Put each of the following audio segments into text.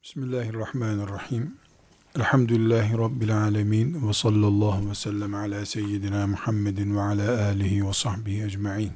Bismillahirrahmanirrahim. Elhamdülillahi Rabbil alemin. Ve sallallahu ve sellem ala seyyidina Muhammedin ve ala alihi ve sahbihi ecma'in.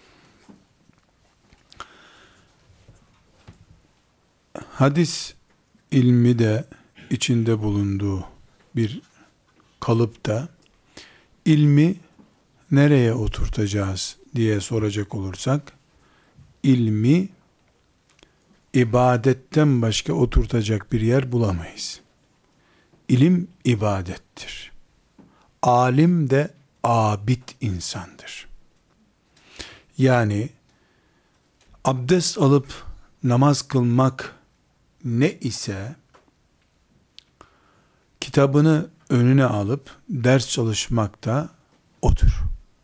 Hadis ilmi de içinde bulunduğu bir kalıpta ilmi nereye oturtacağız diye soracak olursak, ilmi ibadetten başka oturtacak bir yer bulamayız. İlim ibadettir. Alim de abid insandır. Yani abdest alıp namaz kılmak ne ise, kitabını önüne alıp ders çalışmak da odur.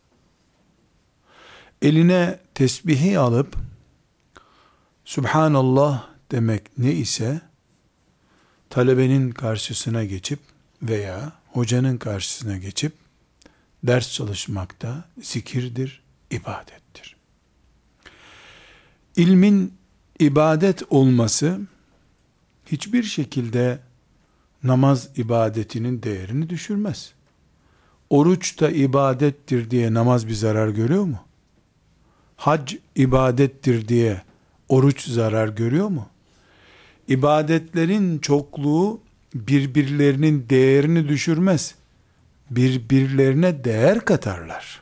Eline tesbihi alıp Subhanallah demek ne ise, talebenin karşısına geçip veya hocanın karşısına geçip ders çalışmak da zikirdir, ibadettir. İlmin ibadet olması hiçbir şekilde namaz ibadetinin değerini düşürmez. Oruç da ibadettir diye namaz bir zarar görüyor mu? Hac ibadettir diye oruç zarar görüyor mu? İbadetlerin çokluğu birbirlerinin değerini düşürmez. Birbirlerine değer katarlar.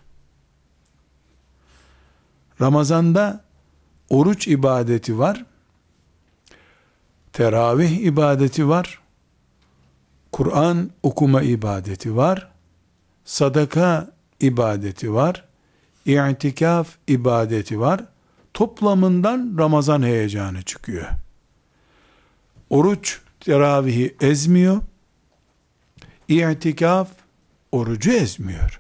Ramazanda oruç ibadeti var. Teravih ibadeti var. Kur'an okuma ibadeti var. Sadaka ibadeti var. İ'tikaf ibadeti var. Toplamından Ramazan heyecanı çıkıyor. Oruç teravihi ezmiyor. İ'tikaf orucu ezmiyor.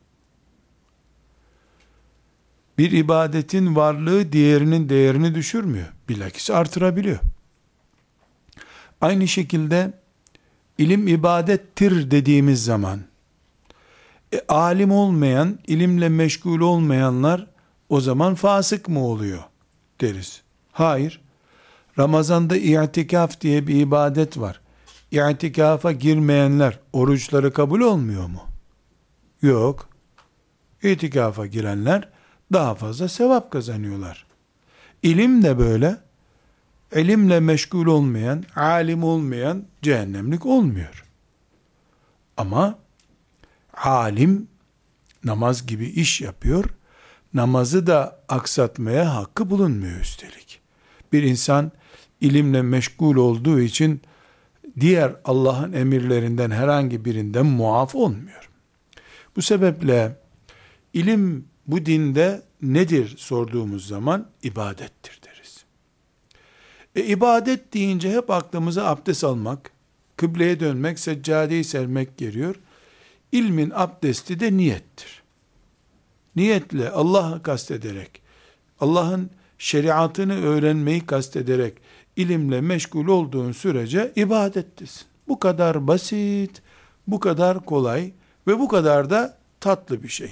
Bir ibadetin varlığı diğerinin değerini düşürmüyor. Bilakis artırabiliyor. Aynı şekilde ilim ibadettir dediğimiz zaman alim olmayan, ilimle meşgul olmayanlar o zaman fasık mı oluyor deriz. Hayır. Ramazanda i'tikaf diye bir ibadet var. İ'tikafa girmeyenler oruçları kabul olmuyor mu? Yok. İ'tikafa girenler daha fazla sevap kazanıyorlar. İlim de böyle. İlimle meşgul olmayan, alim olmayan cehennemlik olmuyor. Ama alim namaz gibi iş yapıyor. Namazı da aksatmaya hakkı bulunmuyor üstelik. Bir insan ilimle meşgul olduğu için diğer Allah'ın emirlerinden herhangi birinden muaf olmuyor. Bu sebeple ilim bu dinde nedir sorduğumuz zaman ibadettir deriz. İbadet deyince hep aklımıza abdest almak, kıbleye dönmek, seccadeyi sermek geliyor. İlmin abdesti de niyettir. Niyetle Allah'ı kastederek, Allah'ın şeriatını öğrenmeyi kastederek ilimle meşgul olduğun sürece ibadettesin. Bu kadar basit, bu kadar kolay ve bu kadar da tatlı bir şey.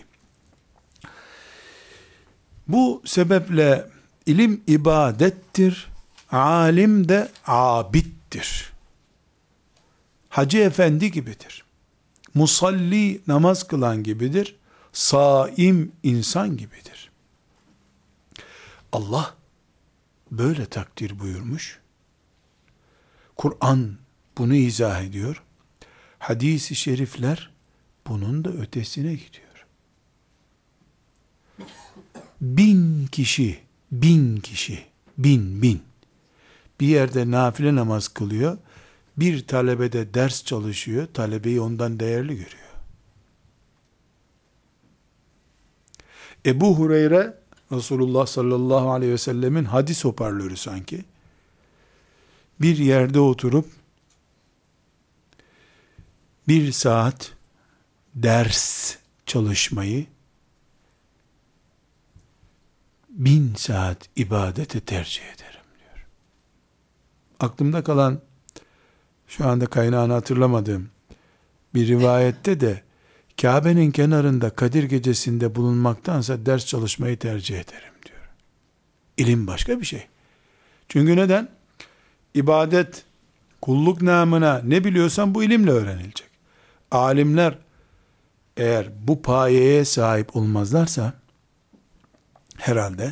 Bu sebeple ilim ibadettir, alim de abittir. Hacı efendi gibidir. Musalli namaz kılan gibidir. Saim insan gibidir. Allah böyle takdir buyurmuş. Kur'an bunu izah ediyor. Hadis-i şerifler bunun da ötesine gidiyor. 1000 kişi, 1000 bir yerde nafile namaz kılıyor. Bir talebe de ders çalışıyor. Talebeyi ondan değerli görüyor. Ebu Hureyre, Resulullah sallallahu aleyhi ve sellemin hadis hoparlörü sanki. Bir yerde oturup 1 saat ders çalışmayı 1000 saat ibadete tercih ederim diyor. Aklımda kalan, şu anda kaynağını hatırlamadığım bir rivayette de Kabe'nin kenarında Kadir gecesinde bulunmaktansa ders çalışmayı tercih ederim diyor. İlim başka bir şey. Çünkü neden? İbadet Kulluk namına ne biliyorsan bu ilimle öğrenilecek. Alimler eğer bu payeye sahip olmazlarsa, herhalde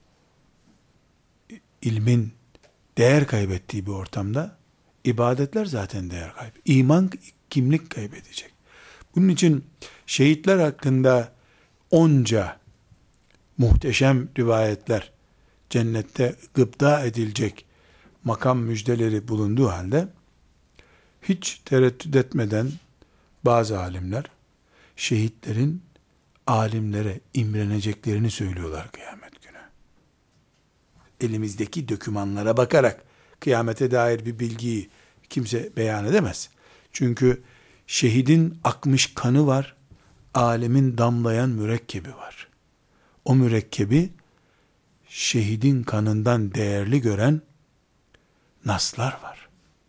ilmin değer kaybettiği bir ortamda ibadetler zaten değer kaybedecek. İman, kimlik kaybedecek. Bunun için şehitler hakkında onca muhteşem rivayetler, cennette gıpta edilecek makam müjdeleri bulunduğu halde, hiç tereddüt etmeden bazı alimler, şehitlerin alimlere imreneceklerini söylüyorlar kıyamet günü. Elimizdeki dokümanlara bakarak kıyamete dair bir bilgiyi kimse beyan edemez. Çünkü şehidin akmış kanı var, alemin damlayan mürekkebi var. O mürekkebi şehidin kanından değerli gören naslar var.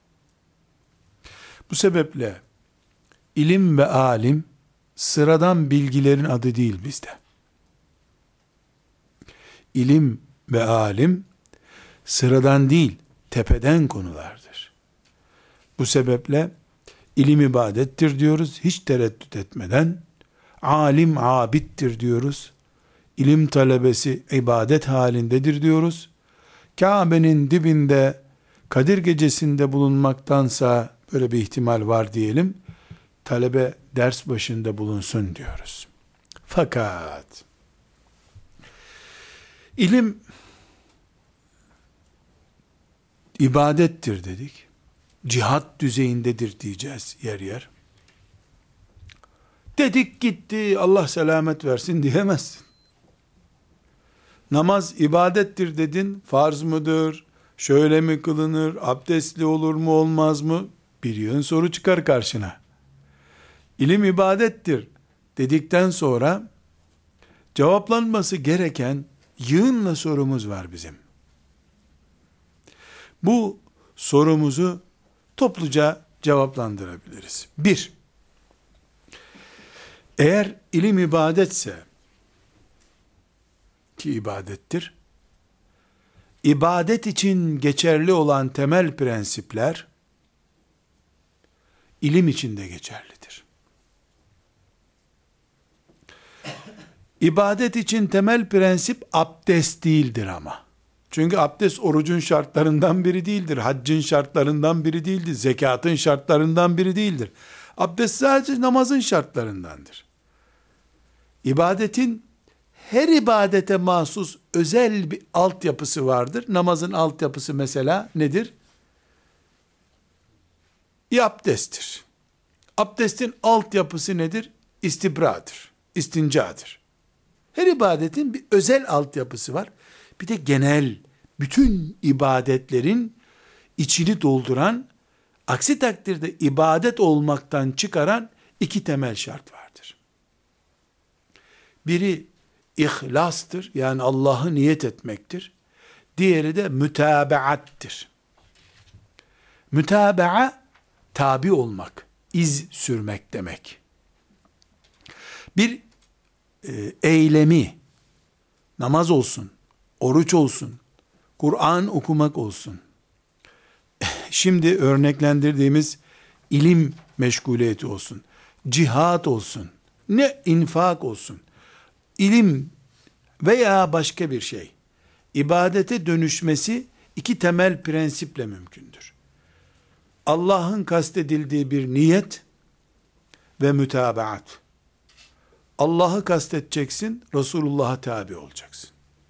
Bu sebeple ilim ve alim sıradan bilgilerin adı değil bizde. İlim ve alim sıradan değil, tepeden konulardır. Bu sebeple ilim ibadettir diyoruz, hiç tereddüt etmeden. Alim abittir diyoruz. İlim talebesi ibadet halindedir diyoruz. Kabe'nin dibinde Kadir gecesinde bulunmaktansa, böyle bir ihtimal var diyelim, talebe ders başında bulunsun diyoruz. Fakat ilim ibadettir dedik. Cihat düzeyindedir diyeceğiz yer yer. Dedik gitti, Allah selamet versin diyemezsin. Namaz ibadettir dedin, farz mıdır? Şöyle mi kılınır? Abdestli olur mu olmaz mı? Bir yığın soru çıkar karşına. İlim ibadettir dedikten sonra cevaplanması gereken yığınla sorumuz var bizim. Bu sorumuzu topluca cevaplandırabiliriz. 1. Eğer ilim ibadetse, ki ibadettir, ibadet için geçerli olan temel prensipler ilim için de geçerlidir. İbadet için temel prensip abdest değildir ama. Çünkü abdest orucun şartlarından biri değildir. Haccın şartlarından biri değildir. Zekatın şartlarından biri değildir. Abdest sadece namazın şartlarındandır. İbadetin her ibadete mahsus özel bir altyapısı vardır. Namazın altyapısı mesela nedir? Abdesttir. Abdestin altyapısı nedir? İstibradır, istincadır. Her ibadetin bir özel altyapısı var. Bir de genel, bütün ibadetlerin içini dolduran, aksi takdirde ibadet olmaktan çıkaran iki temel şart vardır. Biri İhlastır, yani Allah'ı niyet etmektir. Diğeri de mütabaattır. Mütabaa, tabi olmak, iz sürmek demek. Bir eylemi, namaz olsun, oruç olsun, Kur'an okumak olsun, şimdi örneklendirdiğimiz ilim meşguliyeti olsun, cihat olsun, ne infak olsun, ilim veya başka bir şey, ibadete dönüşmesi iki temel prensiple mümkündür. Allah'ın kastedildiği bir niyet ve mütabaat. Allah'ı kastedeceksin, Resulullah'a tabi olacaksın.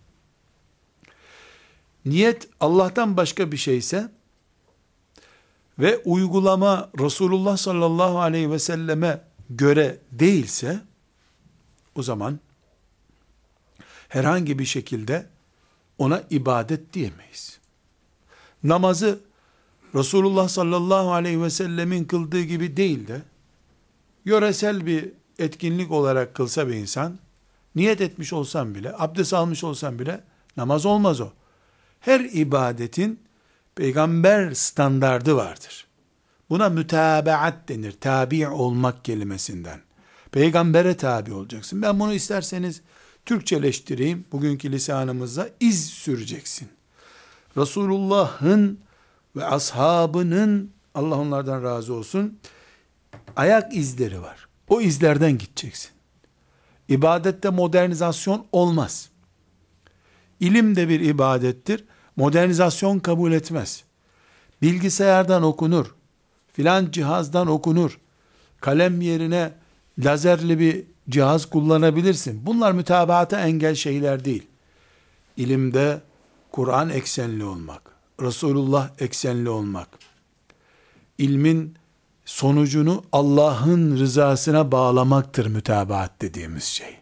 Niyet Allah'tan başka bir şeyse ve uygulama Resulullah sallallahu aleyhi ve selleme göre değilse, o zaman herhangi bir şekilde ona ibadet diyemeyiz. Namazı Resulullah sallallahu aleyhi ve sellemin kıldığı gibi değil de yöresel bir etkinlik olarak kılsa bir insan, niyet etmiş olsan bile, abdest almış olsan bile namaz olmaz o. Her ibadetin peygamber standardı vardır. Buna mütabaat denir. Tabi olmak kelimesinden. Peygambere tabi olacaksın. Ben bunu isterseniz Türkçeleştireyim. Bugünkü lisanımızda iz süreceksin. Resulullah'ın ve ashabının Allah onlardan razı olsun, ayak izleri var. O izlerden gideceksin. İbadette modernizasyon olmaz. İlim de bir ibadettir. Modernizasyon kabul etmez. Bilgisayardan okunur, filan cihazdan okunur, kalem yerine lazerli bir cihaz kullanabilirsin. Bunlar mütabaata engel şeyler değil. İlimde Kur'an eksenli olmak, Resulullah eksenli olmak, ilmin sonucunu Allah'ın rızasına bağlamaktır mütabaat dediğimiz şey.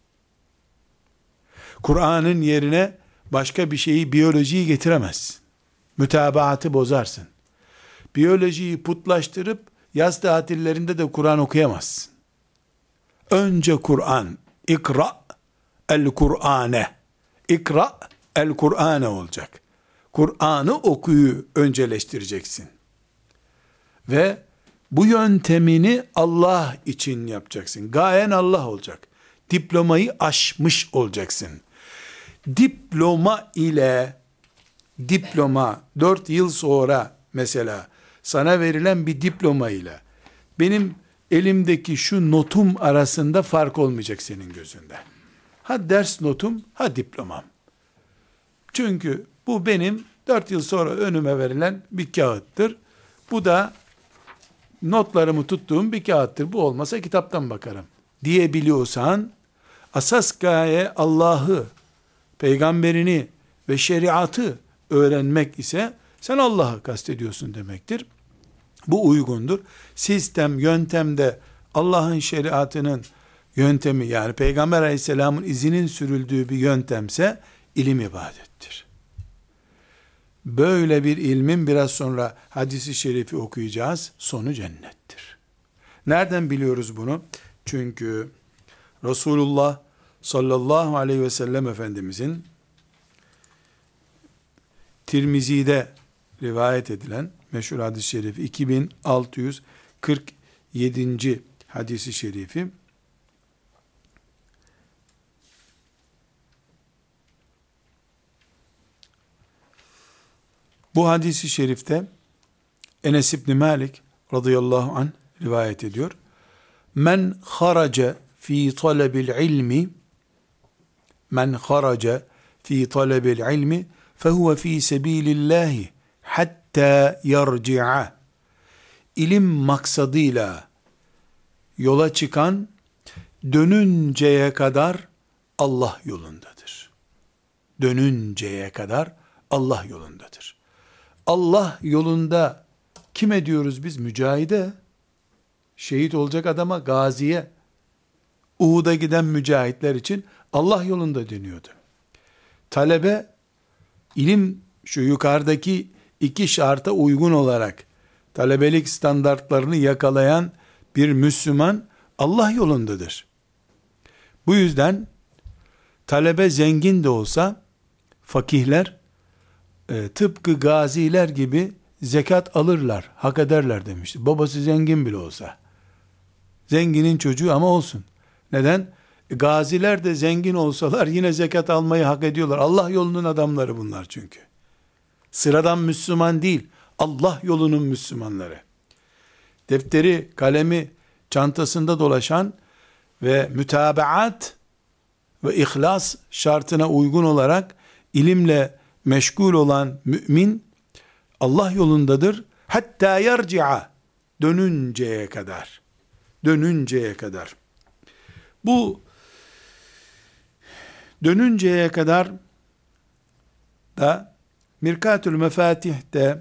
Kur'an'ın yerine başka bir şeyi, biyolojiyi getiremezsin. Mütabaatı bozarsın. Biyolojiyi putlaştırıp yaz tatillerinde de Kur'an okuyamazsın. Önce Kur'an, ikra el-Kur'ane, ikra el-Kur'ane olacak. Kur'an'ı okuyu önceleştireceksin. Ve bu yöntemini Allah için yapacaksın. Gayen Allah olacak. Diplomayı aşmış olacaksın. Diploma 4 yıl sonra mesela sana verilen bir diploma ile benim elimdeki şu notum arasında fark olmayacak senin gözünde. Ha ders notum, ha diplomam. Çünkü bu benim 4 yıl sonra önüme verilen bir kağıttır. Bu da notlarımı tuttuğum bir kağıttır. Bu olmasa kitaptan bakarım diyebiliyorsan, asas gaye Allah'ı, peygamberini ve şeriatı öğrenmek ise sen Allah'ı kastediyorsun demektir. Bu uygundur. Sistem, yöntemde Allah'ın şeriatının yöntemi, yani Peygamber aleyhisselamın izinin sürüldüğü bir yöntemse ilim ibadettir. Böyle bir ilmin, biraz sonra hadisi şerifi okuyacağız, sonu cennettir. Nereden biliyoruz bunu? Çünkü Resulullah sallallahu aleyhi ve sellem Efendimizin Tirmizi'de rivayet edilen meşhur hadis-i şerifi, 2647. hadis-i şerifi, bu hadis-i şerifte Enes İbni Malik radıyallahu anh rivayet ediyor. Men haraca fi talebil ilmi, men haraca fi talebil ilmi fehuve fi sebilillahi hatta yarci'a. İlim maksadıyla yola çıkan dönünceye kadar Allah yolundadır. Dönünceye kadar Allah yolundadır. Allah yolunda kime diyoruz biz? Mücahide. Şehit olacak adama, gaziye. Uhud'a giden mücahitler için Allah yolunda deniyordu. Talebe, ilim şu yukarıdaki iki şarta uygun olarak talebelik standartlarını yakalayan bir Müslüman Allah yolundadır. Bu yüzden talebe zengin de olsa fakihler tıpkı gaziler gibi zekat alırlar, hak ederler demişti. Babası zengin bile olsa. Zenginin çocuğu ama olsun. Neden? Gaziler de zengin olsalar yine zekat almayı hak ediyorlar. Allah yolunun adamları bunlar çünkü. Sıradan Müslüman değil, Allah yolunun Müslümanları. Defteri, kalemi çantasında dolaşan ve mütabaat ve ihlas şartına uygun olarak ilimle meşgul olan mümin Allah yolundadır. Hatta yarci'a, dönünceye kadar. Dönünceye kadar. Bu dönünceye kadar da Mirkatül Mefatih'te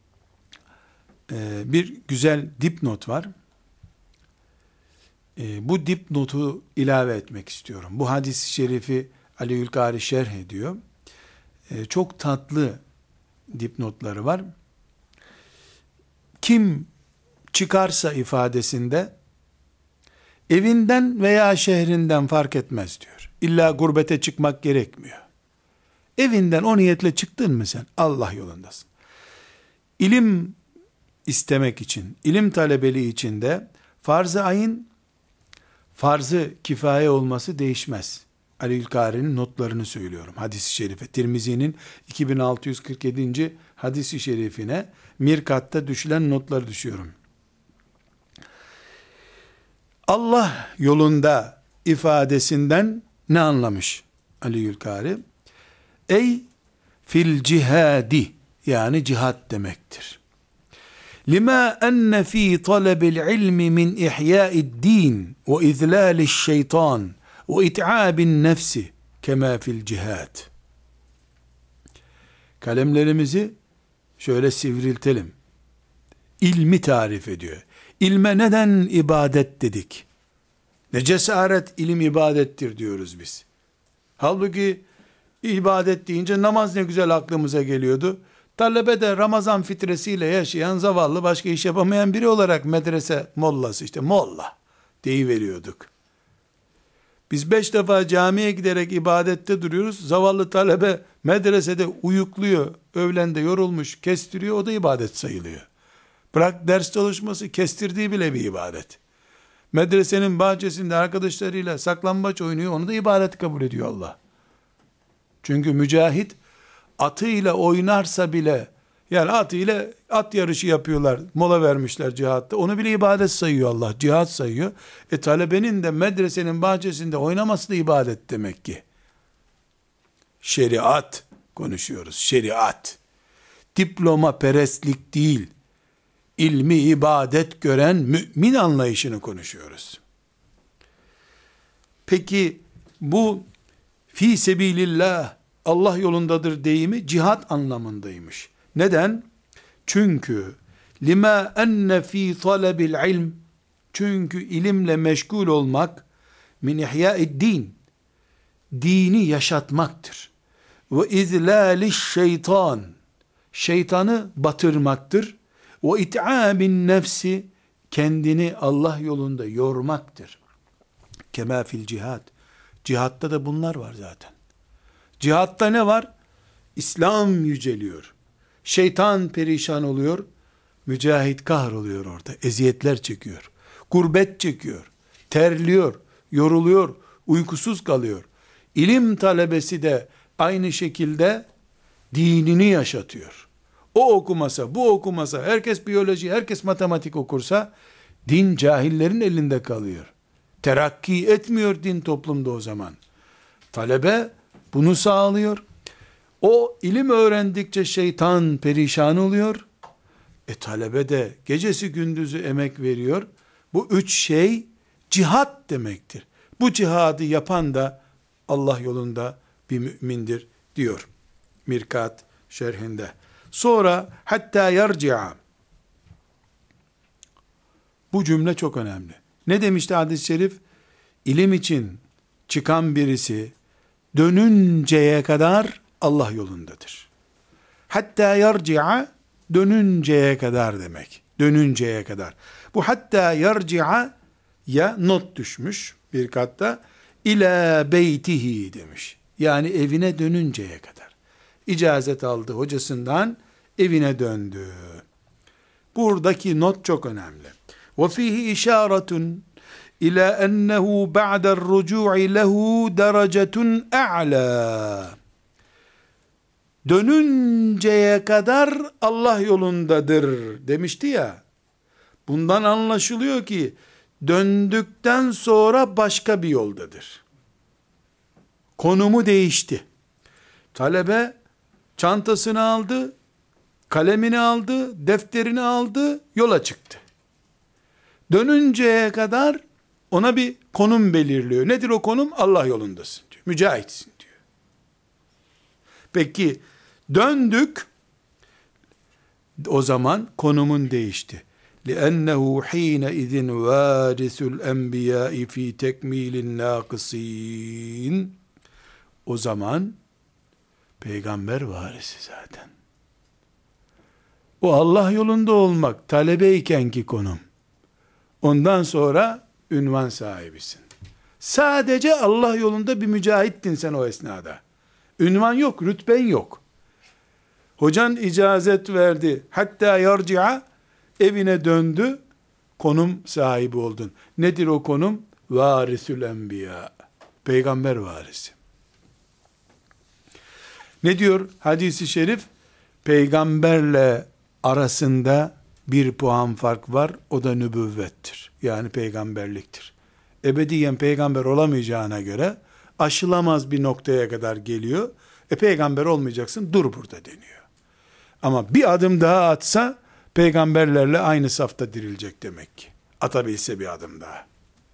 bir güzel dipnot var. Bu dipnotu ilave etmek istiyorum. Bu hadis-i şerifi Ali Ülkari şerh ediyor. Çok tatlı dipnotları var. Kim çıkarsa ifadesinde evinden veya şehrinden fark etmez diyor. İlla gurbete çıkmak gerekmiyor. Evinden o niyetle çıktın mı sen? Allah yolundasın. İlim istemek için, ilim talebeliği için de farz-ı ayın, farz-ı kifaye olması değişmez. Ali Ülkari'nin notlarını söylüyorum. Hadis-i şerife. Tirmizi'nin 2647. hadis-i şerifine Mirkat'ta düşülen notları düşüyorum. Allah yolunda ifadesinden ne anlamış Ali Ülkari? Ey fil cihadi, yani cihat demektir. Lima enne fi talebil ilmi min ihya'id din ve izlaliş şeytan ve it'abin nefsi kema fil cihad. Kalemlerimizi şöyle sivriltelim. İlmi tarif ediyor. İlme neden ibadet dedik? Ne cesaret ilim ibadettir diyoruz biz. Halbuki ibadet deyince namaz ne güzel aklımıza geliyordu. Talebe de Ramazan fitresiyle yaşayan zavallı, başka iş yapamayan biri olarak medrese mollası, işte molla deyiveriyorduk. Biz 5 defa camiye giderek ibadette duruyoruz. Zavallı talebe medresede uyukluyor, öğlende yorulmuş, kestiriyor, o da ibadet sayılıyor. Bırak ders çalışması, kestirdiği bile bir ibadet. Medresenin bahçesinde arkadaşlarıyla saklambaç oynuyor, onu da ibadet kabul ediyor Allah. Çünkü mücahit atıyla oynarsa bile, yani atıyla at yarışı yapıyorlar, mola vermişler cihatta, onu bile ibadet sayıyor Allah, cihat sayıyor. Talebenin de medresenin bahçesinde oynaması da ibadet demek ki. Şeriat konuşuyoruz, şeriat. Diploma perestlik değil, ilmi ibadet gören mümin anlayışını konuşuyoruz. Peki bu fi sebilillah, Allah yolundadır deyimi cihat anlamındaymış. Neden? Çünkü lima enne fi talebil ilm, çünkü ilimle meşgul olmak min ihya'id din, dini yaşatmaktır. Ve izlaliş şeytan, şeytanı batırmaktır. Ve it'abin nefsi, kendini Allah yolunda yormaktır. Kema fil cihad, cihatta da bunlar var zaten. Cihatta ne var? İslam yüceliyor. Şeytan perişan oluyor. Mücahit kahroluyor orada. Eziyetler çekiyor. Gurbet çekiyor. Terliyor. Yoruluyor. Uykusuz kalıyor. İlim talebesi de aynı şekilde dinini yaşatıyor. O okumasa, bu okumasa, herkes biyoloji, herkes matematik okursa, din cahillerin elinde kalıyor. Terakki etmiyor din toplumda o zaman. Talebe bunu sağlıyor. O ilim öğrendikçe şeytan perişan oluyor. Talebe de gecesi gündüzü emek veriyor. Bu üç şey cihat demektir. Bu cihadı yapan da Allah yolunda bir mümindir diyor Mirkat şerhinde. Sonra hatta yarci'a. Bu cümle çok önemli. Ne demişti hadis-i şerif? İlim için çıkan birisi dönünceye kadar Allah yolundadır. Hatta yarci'a, dönünceye kadar demek. Dönünceye kadar. Bu hatta yarci'a ya not düşmüş bir katta, ila beytihi demiş. Yani evine dönünceye kadar. İcazet aldı hocasından, evine döndü. Buradaki not çok önemli. Ve fihi işaretun ila ennehu ba'da'r rucu'i lehu derecetun a'la. Dönünceye kadar Allah yolundadır demişti ya. Bundan anlaşılıyor ki döndükten sonra başka bir yoldadır. Konumu değişti. Talebe çantasını aldı, kalemini aldı, defterini aldı, yola çıktı. Dönünceye kadar ona bir konum belirliyor. Nedir o konum? Allah yolundasın diyor. Mücahitsin diyor. Peki döndük. O zaman konumun değişti. لِأَنَّهُ حِينَ اِذٍ وَارِثُ الْاَنْبِيَاءِ ف۪ي تَكْمِيلِ النَّاقِصِينَ. O zaman peygamber varisi zaten. O Allah yolunda olmak talebeykenki konum. Ondan sonra ünvan sahibisin. Sadece Allah yolunda bir mücahittin sen o esnada. Ünvan yok, rütben yok. Hocan icazet verdi. Hatta yarci'a, evine döndü. Konum sahibi oldun. Nedir o konum? Varisül enbiya. Peygamber varisi. Ne diyor hadisi şerif? Peygamberle arasında bir puan fark var. O da nübüvvettir. Yani peygamberliktir. Ebediyen peygamber olamayacağına göre aşılamaz bir noktaya kadar geliyor. Peygamber olmayacaksın, dur burada deniyor. Ama bir adım daha atsa peygamberlerle aynı safta dirilecek demek ki. Atabilse bir adım daha.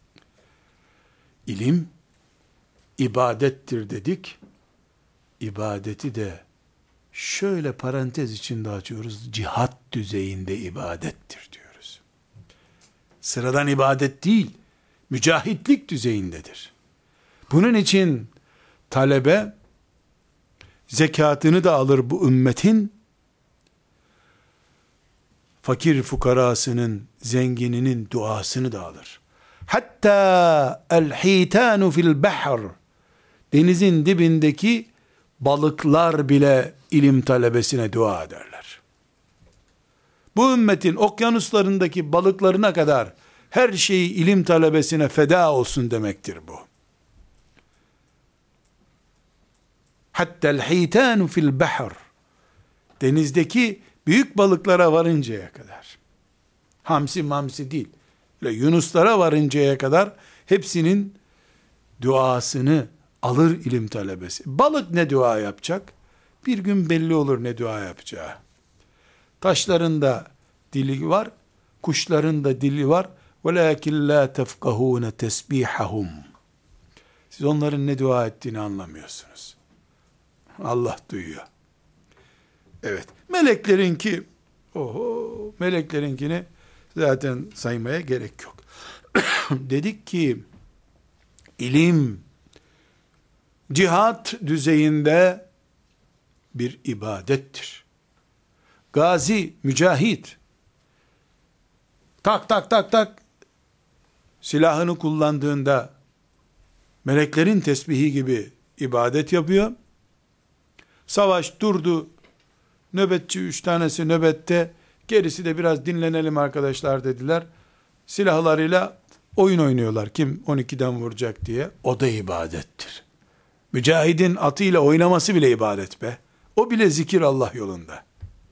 İlim ibadettir dedik. İbadeti de şöyle parantez içinde açıyoruz. Cihat düzeyinde ibadettir diyoruz. Sıradan ibadet değil, mücahitlik düzeyindedir. Bunun için talebe zekatını da alır bu ümmetin, fakir fukarasının, zengininin duasını da alır. Hatta el-hitanu fil bahr, denizin dibindeki balıklar bile ilim talebesine dua ederler. Bu ümmetin okyanuslarındaki balıklarına kadar her şeyi ilim talebesine feda olsun demektir bu. Hattel hitanu fil bahr, denizdeki büyük balıklara varıncaya kadar, hamsi mamsi değil, yunuslara varıncaya kadar hepsinin duasını alır ilim talebesi. Balık ne dua yapacak? Bir gün belli olur ne dua yapacağı. Taşların da dili var, kuşların da dili var. وَلَاكِنْ لَا تَفْقَهُونَ تَسْبِيحَهُمْ. Siz onların ne dua ettiğini anlamıyorsunuz. Allah duyuyor. Evet. Meleklerinkini zaten saymaya gerek yok. Dedik ki ilim cihat düzeyinde bir ibadettir. Gazi, mücahit tak tak tak tak silahını kullandığında meleklerin tesbihi gibi ibadet yapıyor. Savaş durdu. Nöbetçi 3 tanesi nöbette, gerisi de biraz dinlenelim arkadaşlar dediler. Silahlarıyla oyun oynuyorlar. Kim 12'den vuracak diye. O da ibadettir. Mücahidin atıyla oynaması bile ibadet be. O bile zikir Allah yolunda.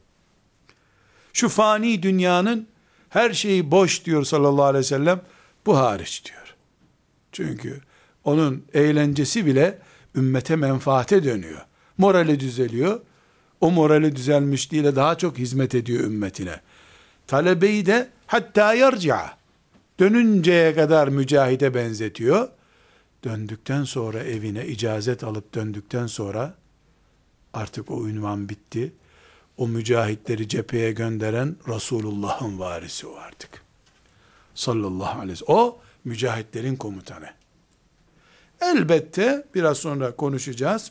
Şu fani dünyanın her şeyi boş diyor sallallahu aleyhi ve sellem. Bu hariç diyor. Çünkü onun eğlencesi bile ümmete menfaate dönüyor. Morali düzeliyor. O morali düzelmişliğiyle daha çok hizmet ediyor ümmetine. Talebeyi de hatta yarca, dönünceye kadar mücahide benzetiyor. Döndükten sonra evine icazet alıp döndükten sonra artık o ünvan bitti. O mücahitleri cepheye gönderen Resulullah'ın varisi o artık. Sallallahu aleyhi ve sellem. O mücahitlerin komutanı. Elbette biraz sonra konuşacağız.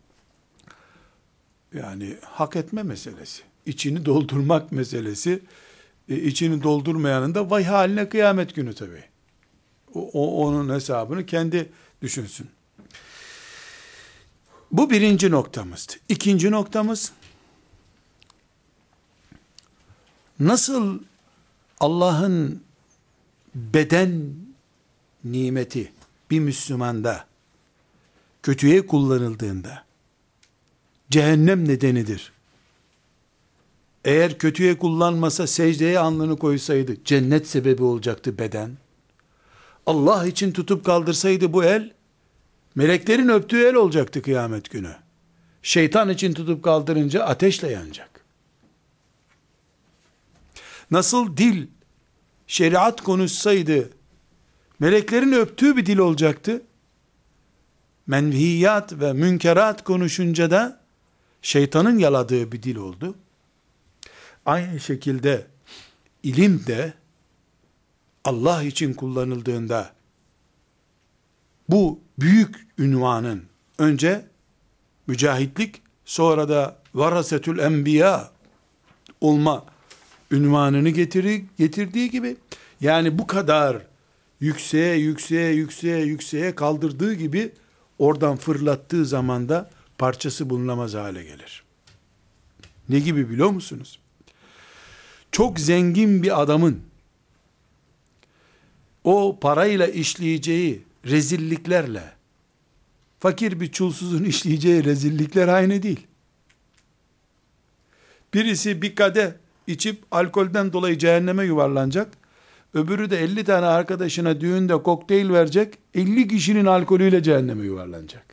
Yani hak etme meselesi, içini doldurmak meselesi, içini doldurmayanın da vay haline kıyamet günü tabii. Onun hesabını kendi düşünsün. Bu birinci noktamızdı. İkinci noktamız, nasıl Allah'ın beden nimeti bir Müslümanda kötüye kullanıldığında cehennem nedenidir. Eğer kötüye kullanmasa, secdeye alnını koysaydı cennet sebebi olacaktı beden. Allah için tutup kaldırsaydı bu el, meleklerin öptüğü el olacaktı kıyamet günü. Şeytan için tutup kaldırınca ateşle yanacak. Nasıl dil, şeriat konuşsaydı, meleklerin öptüğü bir dil olacaktı. Menhiyat ve münkerat konuşunca da şeytanın yaladığı bir dil oldu. Aynı şekilde ilim de Allah için kullanıldığında bu büyük ünvanın önce mücahitlik, sonra da varasetül enbiya olma ünvanını getirdiği gibi, yani bu kadar yükseğe kaldırdığı gibi oradan fırlattığı zaman da parçası bulunamaz hale gelir. Ne gibi biliyor musunuz? Çok zengin bir adamın o parayla işleyeceği rezilliklerle fakir bir çulsuzun işleyeceği rezillikler aynı değil. Birisi bir kadeh içip alkolden dolayı cehenneme yuvarlanacak. Öbürü de 50 tane arkadaşına düğünde kokteyl verecek. 50 kişinin alkolüyle cehenneme yuvarlanacak.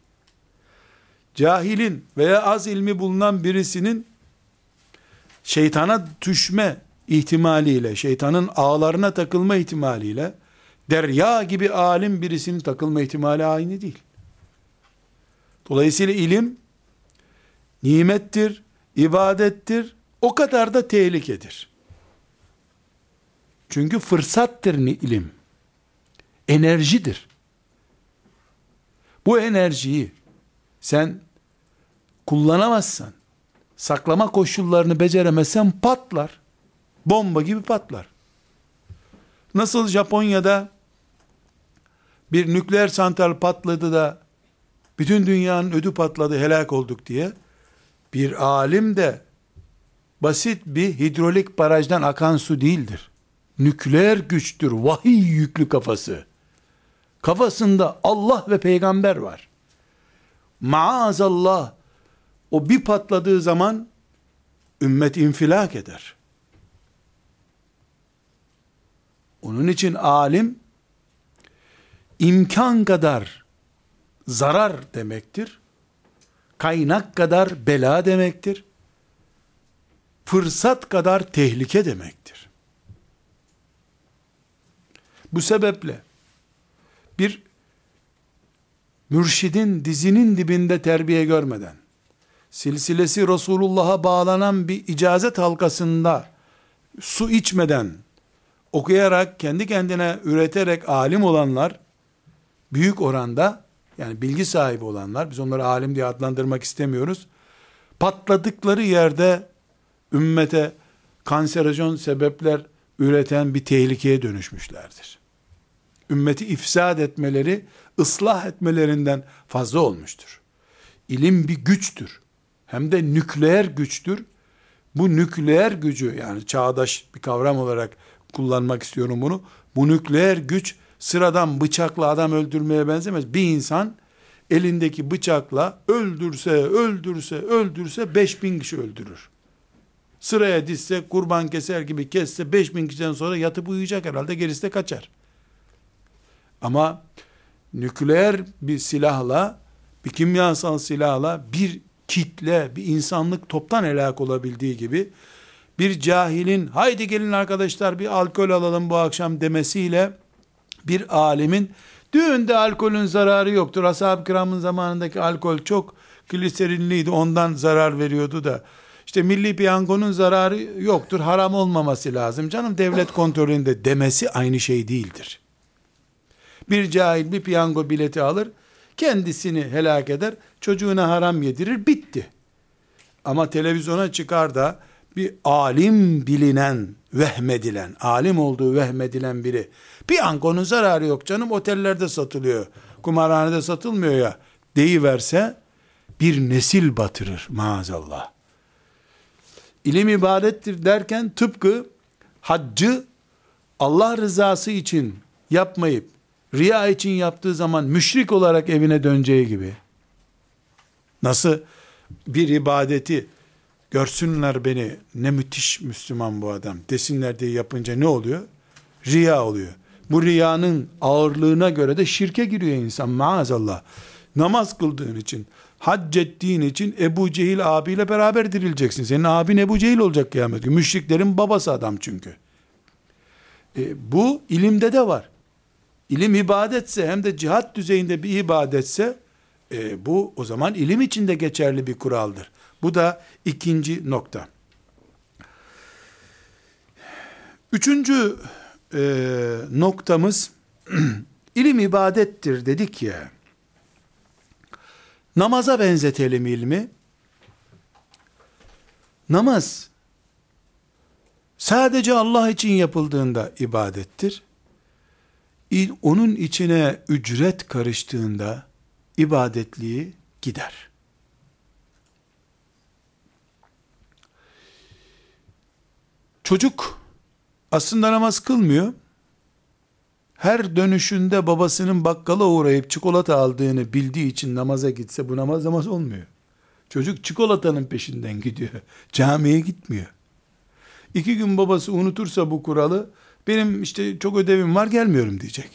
Cahilin veya az ilmi bulunan birisinin şeytana düşme ihtimaliyle, şeytanın ağlarına takılma ihtimaliyle, derya gibi alim birisinin takılma ihtimali aynı değil. Dolayısıyla ilim nimettir, ibadettir, o kadar da tehlikedir. Çünkü fırsattır ilim. Enerjidir. Bu enerjiyi sen kullanamazsan, saklama koşullarını beceremezsen patlar. Bomba gibi patlar. Nasıl Japonya'da bir nükleer santral patladı da bütün dünyanın ödü patladı, helak olduk diye, bir alim de basit bir hidrolik barajdan akan su değildir. Nükleer güçtür, vahiy yüklü kafası. Kafasında Allah ve peygamber var. Maazallah, o bir patladığı zaman ümmet infilak eder. Onun için alim imkan kadar zarar demektir. Kaynak kadar bela demektir. Fırsat kadar tehlike demektir. Bu sebeple bir mürşidin dizinin dibinde terbiye görmeden, silsilesi Resulullah'a bağlanan bir icazet halkasında su içmeden, okuyarak, kendi kendine üreterek alim olanlar, büyük oranda, yani bilgi sahibi olanlar, biz onları alim diye adlandırmak istemiyoruz, patladıkları yerde ümmete kanserojen sebepler üreten bir tehlikeye dönüşmüşlerdir. Ümmeti ifsad etmeleri, ıslah etmelerinden fazla olmuştur. İlim bir güçtür. Hem de nükleer güçtür. Bu nükleer gücü, yani çağdaş bir kavram olarak kullanmak istiyorum bunu. Bu nükleer güç sıradan bıçakla adam öldürmeye benzemez. Bir insan elindeki bıçakla öldürse 5000 kişi öldürür. Sıraya dizse, kurban keser gibi kesse 5000 kişiden sonra yatıp uyuyacak herhalde, gerisi de kaçar. Ama nükleer bir silahla, bir kimyasal silahla bir kitle, bir insanlık toptan helak olabildiği gibi, bir cahilin haydi gelin arkadaşlar bir alkol alalım bu akşam demesiyle, bir alimin düğünde alkolün zararı yoktur, ashab-ı kiramın zamanındaki alkol çok gliserinliydi, ondan zarar veriyordu da, işte milli piyangonun zararı yoktur, haram olmaması lazım canım devlet kontrolünde demesi aynı şey değildir. Bir cahil bir piyango bileti alır, kendisini helak eder, çocuğuna haram yedirir, bitti. Ama televizyona çıkar da bir alim bilinen, vehmedilen, alim olduğu vehmedilen biri, piyangonun zararı yok canım, otellerde satılıyor, kumarhanede satılmıyor ya, deyiverse, bir nesil batırır maazallah. İlim ibadettir derken, tıpkı haccı Allah rızası için yapmayıp, riya için yaptığı zaman müşrik olarak evine döneceği gibi, nasıl bir ibadeti görsünler beni, ne müthiş Müslüman bu adam desinler diye yapınca ne oluyor? Riya oluyor. Bu riyanın ağırlığına göre de şirke giriyor insan maazallah. Namaz kıldığın için, hac ettiğin için Ebu Cehil abiyle beraber dirileceksin. Senin abin Ebu Cehil olacak kıyamet günü. Müşriklerin babası adam çünkü. Bu ilimde de var. İlim ibadetse, hem de cihat düzeyinde bir ibadetse, bu o zaman ilim içinde geçerli bir kuraldır. Bu da ikinci nokta. Üçüncü noktamız, ilim ibadettir dedik ya, namaza benzetelim ilmi. Namaz, sadece Allah için yapıldığında ibadettir. Onun içine ücret karıştığında ibadetliği gider. Çocuk aslında namaz kılmıyor. Her dönüşünde babasının bakkala uğrayıp çikolata aldığını bildiği için namaza gitse bu namaz olmuyor. Çocuk çikolatanın peşinden gidiyor. Camiye gitmiyor. 2 gün babası unutursa bu kuralı, benim işte çok ödevim var gelmiyorum diyecek.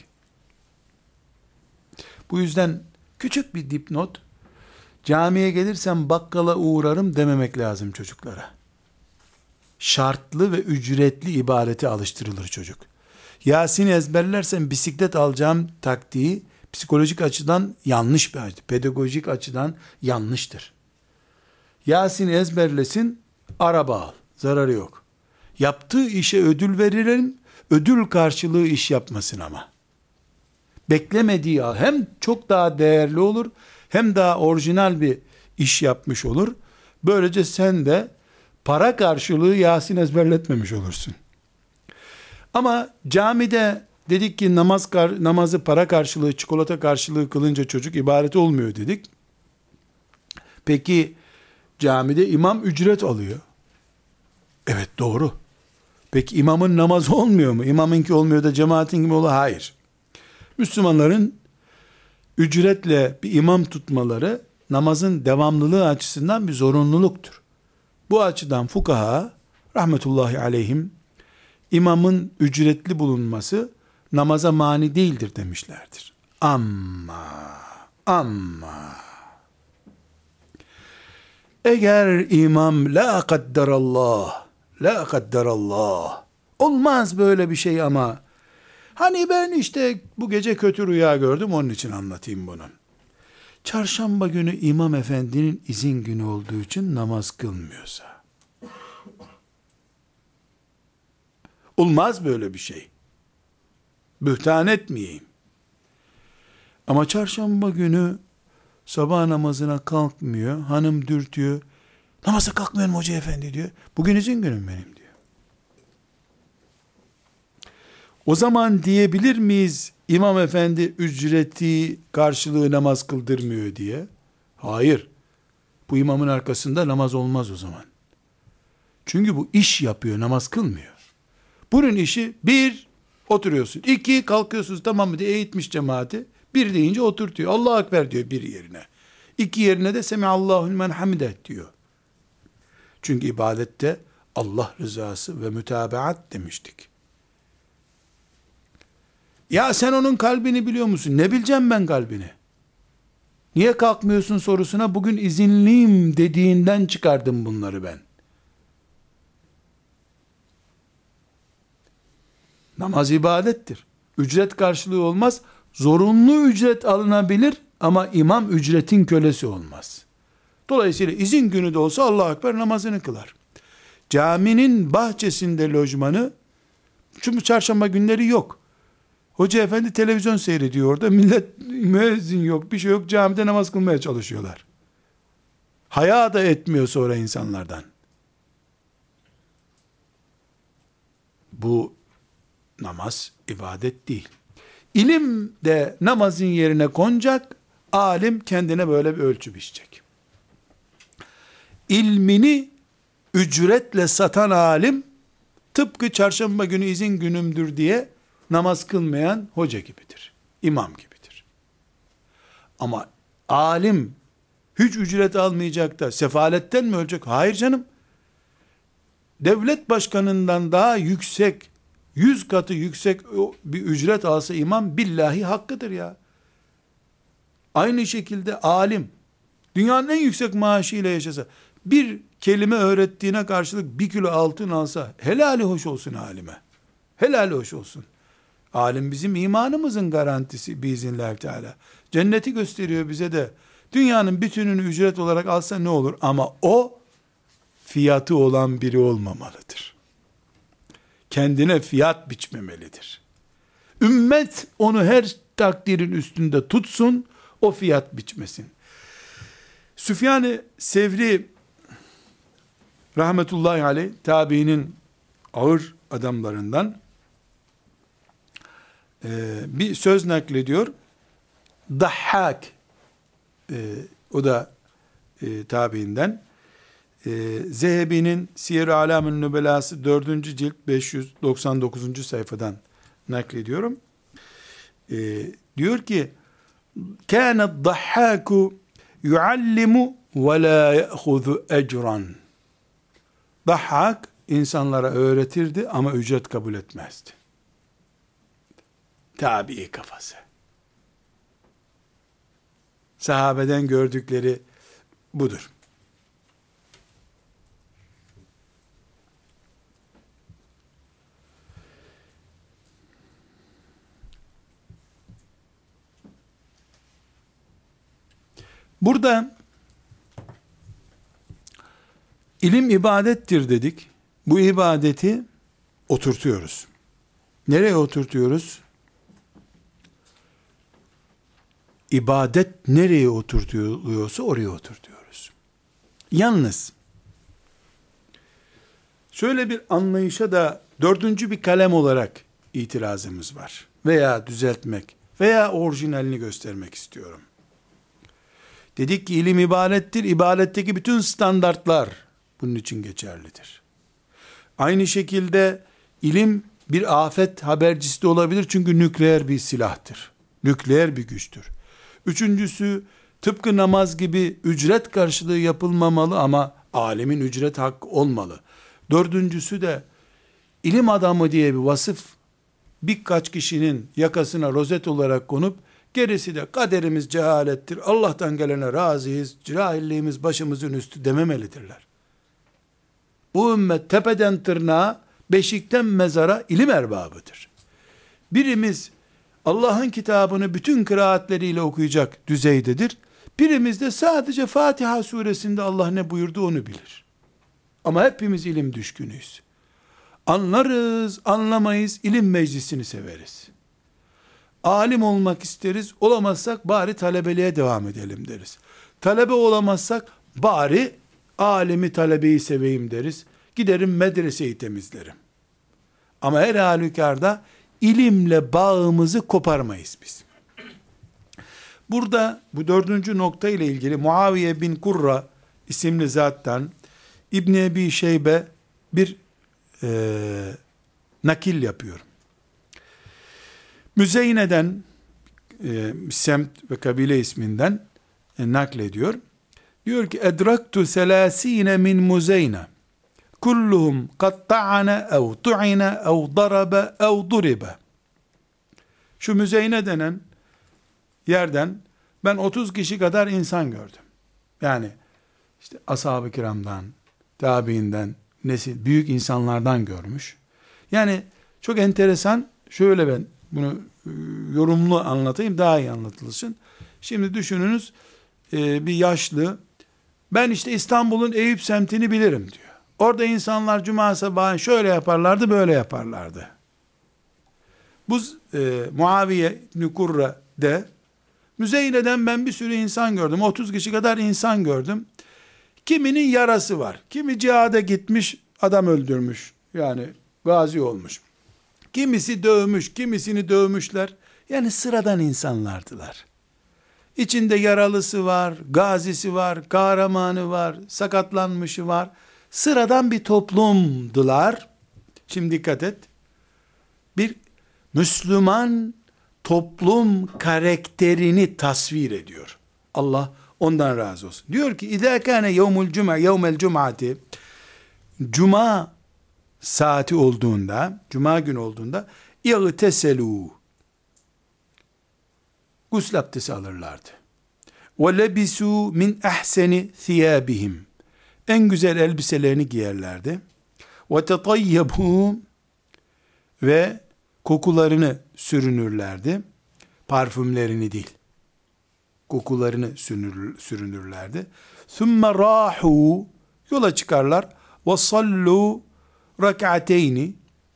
Bu yüzden küçük bir dipnot, camiye gelirsem bakkala uğrarım dememek lazım çocuklara. Şartlı ve ücretli ibadete alıştırılır çocuk. Yasin'i ezberlersen bisiklet alacağım taktiği psikolojik açıdan yanlış bir hareket. Pedagojik açıdan yanlıştır. Yasin'i ezberlesin, araba al. Zararı yok. Yaptığı işe ödül veririm, ödül karşılığı iş yapmasın ama. Beklemediği hem çok daha değerli olur, hem daha orijinal bir iş yapmış olur. Böylece sen de para karşılığı Yasin ezberletmemiş olursun. Ama camide dedik ki namazı para karşılığı, çikolata karşılığı kılınca çocuk ibadeti olmuyor dedik. Peki camide imam ücret alıyor. Evet, doğru. Peki imamın namazı olmuyor mu? İmamınki olmuyor da cemaatin gibi oluyor. Hayır. Müslümanların ücretle bir imam tutmaları namazın devamlılığı açısından bir zorunluluktur. Bu açıdan fukaha rahmetullahi aleyhim imamın ücretli bulunması namaza mani değildir demişlerdir. Ama eğer imam la kadderallah olmaz böyle bir şey ama hani ben işte bu gece kötü rüya gördüm onun için anlatayım bunu. Çarşamba günü imam efendinin izin günü olduğu için namaz kılmıyorsa, olmaz böyle bir şey. Bühtan etmeyeyim. Ama çarşamba günü sabah namazına kalkmıyor, hanım dürtüyor, namaza kalkmıyorum hoca efendi diyor. Bugün izin günüm benim diyor. O zaman diyebilir miyiz imam efendi ücreti karşılığı namaz kıldırmıyor diye? Hayır. Bu imamın arkasında namaz olmaz o zaman. Çünkü bu iş yapıyor, namaz kılmıyor. Bunun işi 1, oturuyorsun. 2, kalkıyorsunuz tamam mı diye eğitmiş cemaati. 1 deyince oturtuyor. Allahu Ekber diyor 1 yerine. 2 yerine de Semiallahu limen hamide diyor. Çünkü ibadette Allah rızası ve mütabaat demiştik. Ya sen onun kalbini biliyor musun? Ne bileceğim ben kalbini? Niye kalkmıyorsun sorusuna bugün izinliyim dediğinden çıkardım bunları ben. Namaz ibadettir. Ücret karşılığı olmaz. Zorunlu ücret alınabilir ama imam ücretin kölesi olmaz. Dolayısıyla izin günü de olsa Allahu Ekber namazını kılar. Caminin bahçesinde lojmanı, çünkü çarşamba günleri yok. Hoca efendi televizyon seyrediyor orada. Millet müezzin yok, bir şey yok. Camide namaz kılmaya çalışıyorlar. Haya da etmiyor sonra insanlardan. Bu namaz ibadet değil. İlim de namazın yerine konacak. Alim kendine böyle bir ölçü biçecek. İlmini ücretle satan alim tıpkı çarşamba günü izin günümdür diye namaz kılmayan hoca gibidir. İmam gibidir. Ama alim hiç ücret almayacak da sefaletten mi ölecek? Hayır canım. Devlet başkanından daha yüksek, 100 katı yüksek bir ücret alsa imam billahi hakkıdır ya. Aynı şekilde alim dünyanın en yüksek maaşıyla yaşasa, bir kelime öğrettiğine karşılık 1 kilo altın alsa helali hoş olsun alime. Helali hoş olsun. Alim bizim imanımızın garantisi biiznillahü teala. Cenneti gösteriyor bize de. Dünyanın bütününü ücret olarak alsa ne olur? Ama o fiyatı olan biri olmamalıdır. Kendine fiyat biçmemelidir. Ümmet onu her takdirin üstünde tutsun, o fiyat biçmesin. Süfyan-ı Sevri rahmetullahi aleyh tabiinin ağır adamlarından bir söz naklediyor. Dahhak o da tabiinden. Zehebi'nin Siyer-i Alam'ın Nübelası 4. cilt 599. sayfadan naklediyorum. Diyor ki kâne dahhâku yuallimu ve la ya'khudhu ecran. Dahhak insanlara öğretirdi ama ücret kabul etmezdi. Tabii kafası. Sahabeden gördükleri budur. Burada ilim ibadettir dedik. Bu ibadeti oturtuyoruz. Nereye oturtuyoruz? İbadet nereye oturtuluyorsa oraya oturtuyoruz. Yalnız şöyle bir anlayışa da dördüncü bir kalem olarak itirazımız var. Veya düzeltmek veya orijinalini göstermek istiyorum. Dedik ki ilim ibadettir. İbadetteki bütün standartlar bunun için geçerlidir. Aynı şekilde ilim bir afet habercisi de olabilir. Çünkü nükleer bir silahtır. Nükleer bir güçtür. Üçüncüsü, tıpkı namaz gibi ücret karşılığı yapılmamalı ama alemin ücret hakkı olmalı. Dördüncüsü de ilim adamı diye bir vasıf birkaç kişinin yakasına rozet olarak konup gerisi de kaderimiz cehalettir, Allah'tan gelene razıyız, cahilliğimiz başımızın üstü dememelidirler. Bu ümmet tepeden tırnağa, beşikten mezara ilim erbabıdır. Birimiz Allah'ın kitabını bütün kıraatleriyle okuyacak düzeydedir. Birimiz de sadece Fatiha suresinde Allah ne buyurdu onu bilir. Ama hepimiz ilim düşkünüyüz. Anlarız, anlamayız, ilim meclisini severiz. Alim olmak isteriz, olamazsak bari talebeliğe devam edelim deriz. Talebe olamazsak bari alimi talebeyi seveyim deriz. Giderim medreseyi temizlerim. Ama her halükarda ilimle bağımızı koparmayız biz. Burada bu dördüncü nokta ile ilgili Muaviye bin Kurra isimli zattan İbn Ebi Şeybe bir nakil yapıyor. Müzeyne'den semt ve kabile isminden naklediyor. Diyor ki edraktu selasine min Muzeyne kulluhum katta'ana ev tu'ina ev darabe ev duribe. Şu Müzeyne denen yerden ben 30 kişi kadar insan gördüm. Yani işte ashab-ı kiramdan, tabiinden, nesil, büyük insanlardan görmüş. Yani çok enteresan, şöyle ben bunu yorumlu anlatayım, daha iyi anlatılsın. Şimdi düşününüz, bir yaşlı, ben işte İstanbul'un Eyüp semtini bilirim diyor. Orada insanlar cuma sabahı şöyle yaparlardı, böyle yaparlardı. Bu Muaviye ibn Kurra de, Müzeyne'den ben bir sürü insan gördüm, 30 kişi kadar insan gördüm. Kiminin yarası var, kimi cihada gitmiş, adam öldürmüş, yani gazi olmuş. Kimisi dövmüş, kimisini dövmüşler. Yani sıradan insanlardılar. İçinde yaralısı var, gazisi var, kahramanı var, sakatlanmışı var. Sıradan bir toplumdular. Şimdi dikkat et. Bir Müslüman toplum karakterini tasvir ediyor. Allah ondan razı olsun. Diyor ki İzâ kâne yevmel cum'ati Cuma saati olduğunda, Cuma günü olduğunda İğteselû gusül abdesti alırlardı. Ve lebisû min ahseni thiyâbihim en güzel elbiselerini giyerlerdi. Ve tetayyabû ve kokularını sürünürlerdi. Parfümlerini değil. Kokularını sürünürlerdi. Sümme râhû yola çıkarlar. Ve sallû rak'ateyni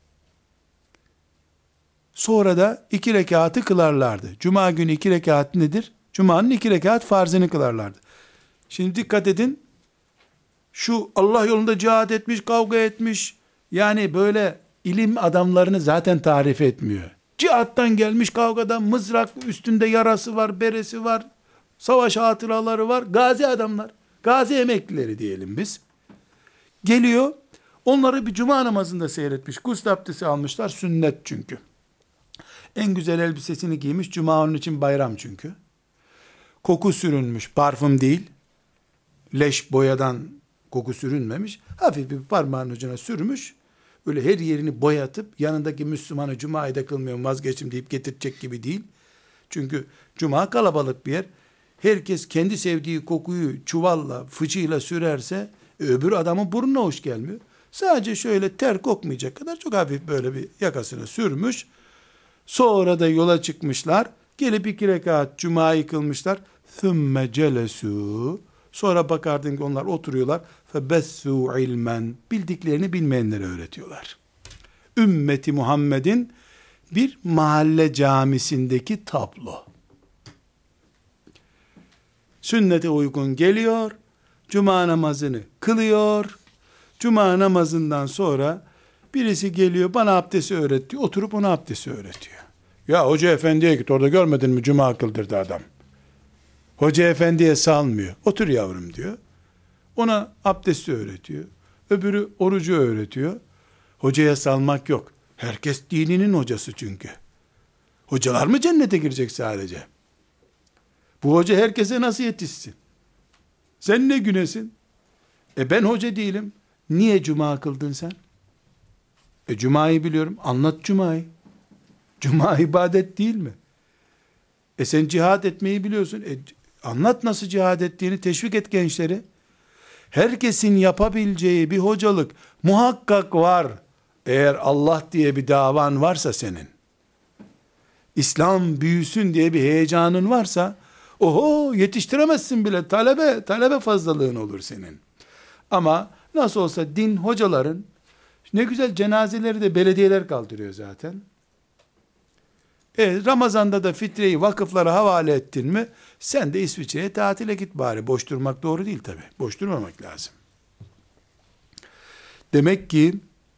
sonra da 2 rekatı kılarlardı. Cuma günü 2 rekat nedir? Cuma'nın 2 rekat farzını kılarlardı. Şimdi dikkat edin. Şu Allah yolunda cihad etmiş, kavga etmiş. Yani böyle ilim adamlarını zaten tarif etmiyor. Cihattan gelmiş, kavgadan, mızrak üstünde yarası var, beresi var. Savaş hatıraları var. Gazi adamlar. Gazi emeklileri diyelim biz. Geliyor. Onları bir cuma namazında seyretmiş. Gusül abdesti almışlar. Sünnet çünkü. En güzel elbisesini giymiş. Cuma onun için bayram çünkü. Koku sürünmüş. Parfüm değil. leş boyadan koku sürünmemiş. Hafif bir parmağın ucuna sürmüş. Öyle her yerini boyatıp yanındaki Müslümanı Cuma'yı da kılmıyorum vazgeçtim deyip getirecek gibi değil. Çünkü Cuma kalabalık bir yer. Herkes kendi sevdiği kokuyu çuvalla, fıçıyla sürerse öbür adamın burnuna hoş gelmiyor. Sadece şöyle ter kokmayacak kadar çok hafif böyle bir yakasını sürmüş. Sonra da yola çıkmışlar. Gelip 2 rekat Cuma'yı kılmışlar. ثُمَّ جَلَسُوا. Sonra bakardın ki onlar oturuyorlar. فَبَثُّوا ilmen. Bildiklerini bilmeyenlere öğretiyorlar. Ümmeti Muhammed'in bir mahalle camisindeki tablo. Sünnete uygun geliyor. Cuma namazını kılıyor. Cuma namazından sonra birisi geliyor bana abdesti öğretti. Oturup ona abdesti öğretiyor. Ya hoca efendiye git orada görmedin mi Cuma kıldırdı adam. Hoca efendiye salmıyor. Otur yavrum diyor. Ona abdesti öğretiyor. Öbürü orucu öğretiyor. Hocaya salmak yok. Herkes dininin hocası çünkü. Hocalar mı cennete girecek sadece? Bu hoca herkese nasıl yetişsin? Sen ne günesin? Ben hoca değilim. Niye Cuma kıldın sen? Cuma'yı biliyorum. Anlat Cuma'yı. Cuma ibadet değil mi? Sen cihad etmeyi biliyorsun. Anlat nasıl cihad ettiğini, teşvik et gençleri. Herkesin yapabileceği bir hocalık muhakkak var. Eğer Allah diye bir davan varsa senin, İslam büyüsün diye bir heyecanın varsa, oho yetiştiremezsin bile, talebe fazlalığın olur senin. Ama nasıl olsa din hocaların, ne güzel cenazeleri de belediyeler kaldırıyor zaten. Ramazan'da da fitreyi vakıflara havale ettin mi, sen de İsviçre'ye tatile git bari. Boş durmak doğru değil tabi. Boş durmamak lazım. Demek ki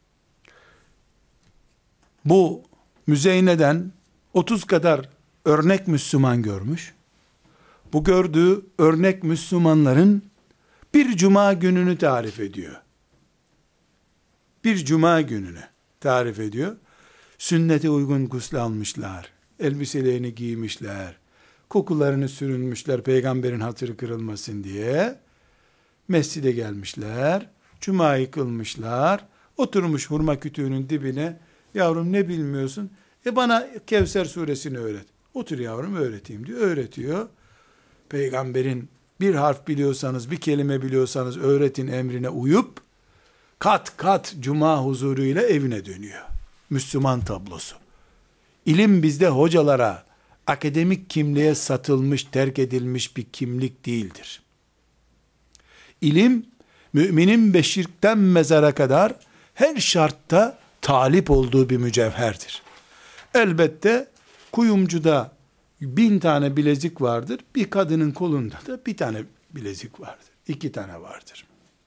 bu Müzeyne'den 30 kadar örnek Müslüman görmüş. Bu gördüğü örnek Müslümanların bir cuma gününü tarif ediyor. Bir cuma gününü tarif ediyor. Sünnete uygun gusül almışlar. Elbiselerini giymişler. Kokularını sürünmüşler peygamberin hatırı kırılmasın diye. Mescide gelmişler. Cuma'yı kılmışlar. Oturmuş hurma kütüğünün dibine. Yavrum ne bilmiyorsun? Bana Kevser suresini öğret. Otur yavrum öğreteyim diyor. Öğretiyor. Peygamberin bir harf biliyorsanız, bir kelime biliyorsanız öğretin emrine uyup kat kat cuma huzuruyla evine dönüyor. Müslüman tablosu. İlim bizde hocalara, akademik kimliğe satılmış, terk edilmiş bir kimlik değildir. İlim, müminin beşirkten mezara kadar her şartta talip olduğu bir mücevherdir. Elbette kuyumcuda 1000 tane bilezik vardır. Bir kadının kolunda da bir tane bilezik vardır. 2 tane vardır.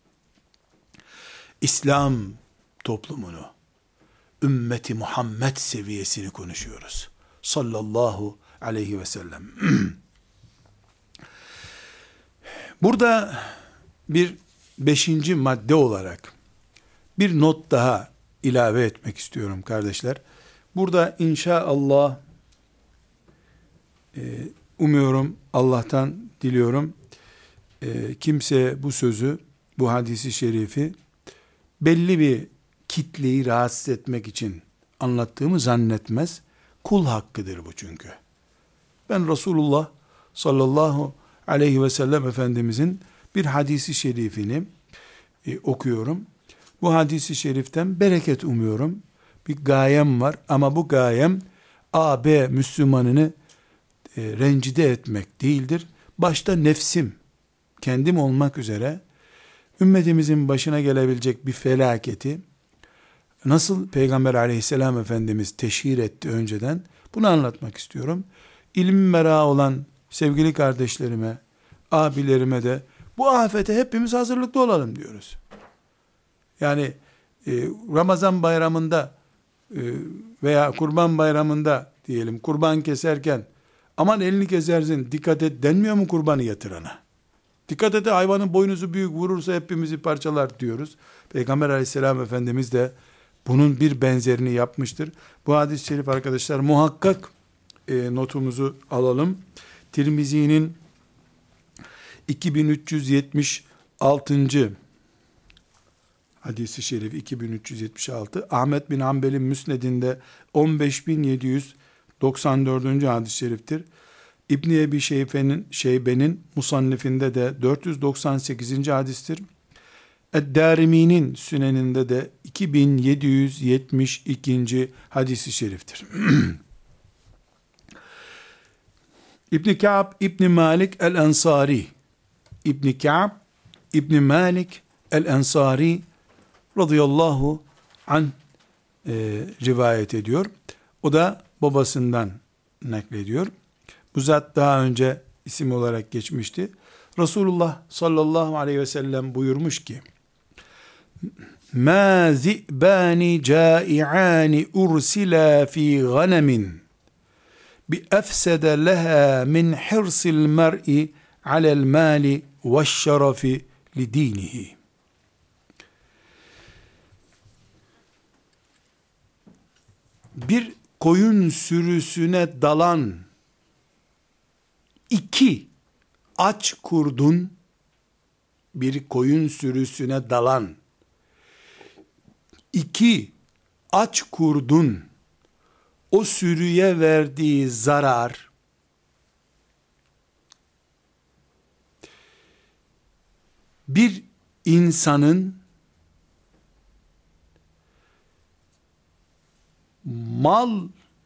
İslam toplumunu, ümmeti Muhammed seviyesini konuşuyoruz. Sallallahu aleyhi ve sellem. Burada bir 5. madde olarak bir not daha ilave etmek istiyorum kardeşler. Burada inşallah umuyorum, Allah'tan diliyorum, kimse bu sözü, bu hadisi şerifi belli bir kitleyi rahatsız etmek için anlattığımı zannetmez. Kul hakkıdır bu çünkü. Ben Resulullah sallallahu aleyhi ve sellem Efendimizin bir hadisi şerifini okuyorum. Bu hadisi şeriften bereket umuyorum. Bir gayem var ama bu gayem A, B Müslümanını rencide etmek değildir. Başta nefsim, kendim olmak üzere ümmetimizin başına gelebilecek bir felaketi nasıl Peygamber aleyhisselam Efendimiz teşhir etti önceden, bunu anlatmak istiyorum. İlim merağı olan sevgili kardeşlerime, abilerime de bu afete hepimiz hazırlıklı olalım diyoruz. Yani Ramazan bayramında veya kurban bayramında diyelim, kurban keserken aman elini kesersin dikkat et denmiyor mu kurbanı yatırana? Dikkat et, hayvanın boynuzu büyük, vurursa hepimizi parçalar diyoruz. Peygamber aleyhisselam Efendimiz de bunun bir benzerini yapmıştır. Bu hadis-i şerif arkadaşlar muhakkak notumuzu alalım. Tirmizi'nin 2370 6. hadisi şerif 2376, Ahmet bin Hanbel'in Müsned'inde 15794. hadis-i şeriftir. İbn Ebi Şeybe'nin Musannif'inde de 498. hadistir. Ed-Darimi'nin Süneninde de 2772. hadis-i şeriftir. İbn Ka'b İbn Malik el-Ensari, İbn Ka'b İbn Malik el-Ensari radıyallahu anh rivayet ediyor. O da babasından naklediyor. Bu zat daha önce isim olarak geçmişti. Resulullah sallallahu aleyhi ve sellem buyurmuş ki, مَا ذِئْبَانِ جَائِعَانِ اُرْسِلَا ف۪ي غَنَمٍ بِأَفْسَدَ لَهَا مِنْ حِرْصِ الْمَرْءِ عَلَى الْمَالِ وَالشَّرَفِ لِد۪ينِهِ. Bir koyun sürüsüne dalan iki aç kurdun, bir koyun sürüsüne dalan iki aç kurdun o sürüye verdiği zarar, bir insanın mal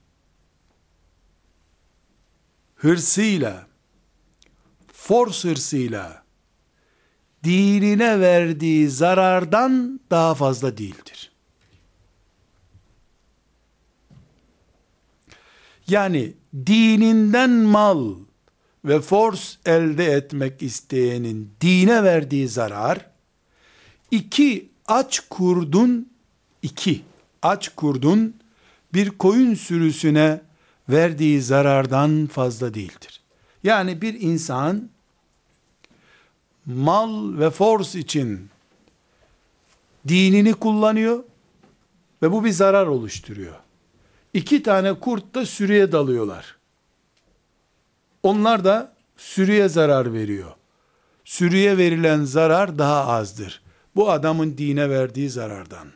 hırsıyla, force hırsıyla dinine verdiği zarardan daha fazla değildir. Yani dininden mal ve force elde etmek isteyenin dine verdiği zarar, iki aç kurdun bir koyun sürüsüne verdiği zarardan fazla değildir. Yani bir insan mal ve force için dinini kullanıyor ve bu bir zarar oluşturuyor. İki tane kurt da sürüye dalıyorlar. Onlar da sürüye zarar veriyor. Sürüye verilen zarar daha azdır. Bu adamın dine verdiği zarardan.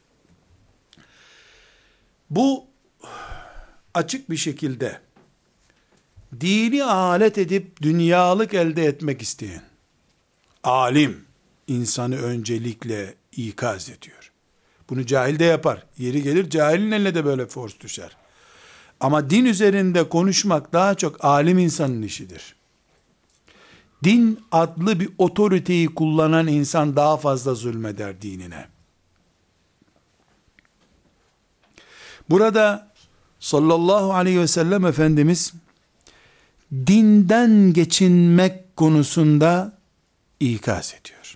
Bu açık bir şekilde dini alet edip dünyalık elde etmek isteyen alim insanı öncelikle ikaz ediyor. Bunu cahil de yapar. Yeri gelir cahilin eline de böyle force düşer. Ama din üzerinde konuşmak daha çok alim insanın işidir. Din adlı bir otoriteyi kullanan insan daha fazla zulmeder dinine. Burada sallallahu aleyhi ve sellem Efendimiz dinden geçinmek konusunda ikaz ediyor.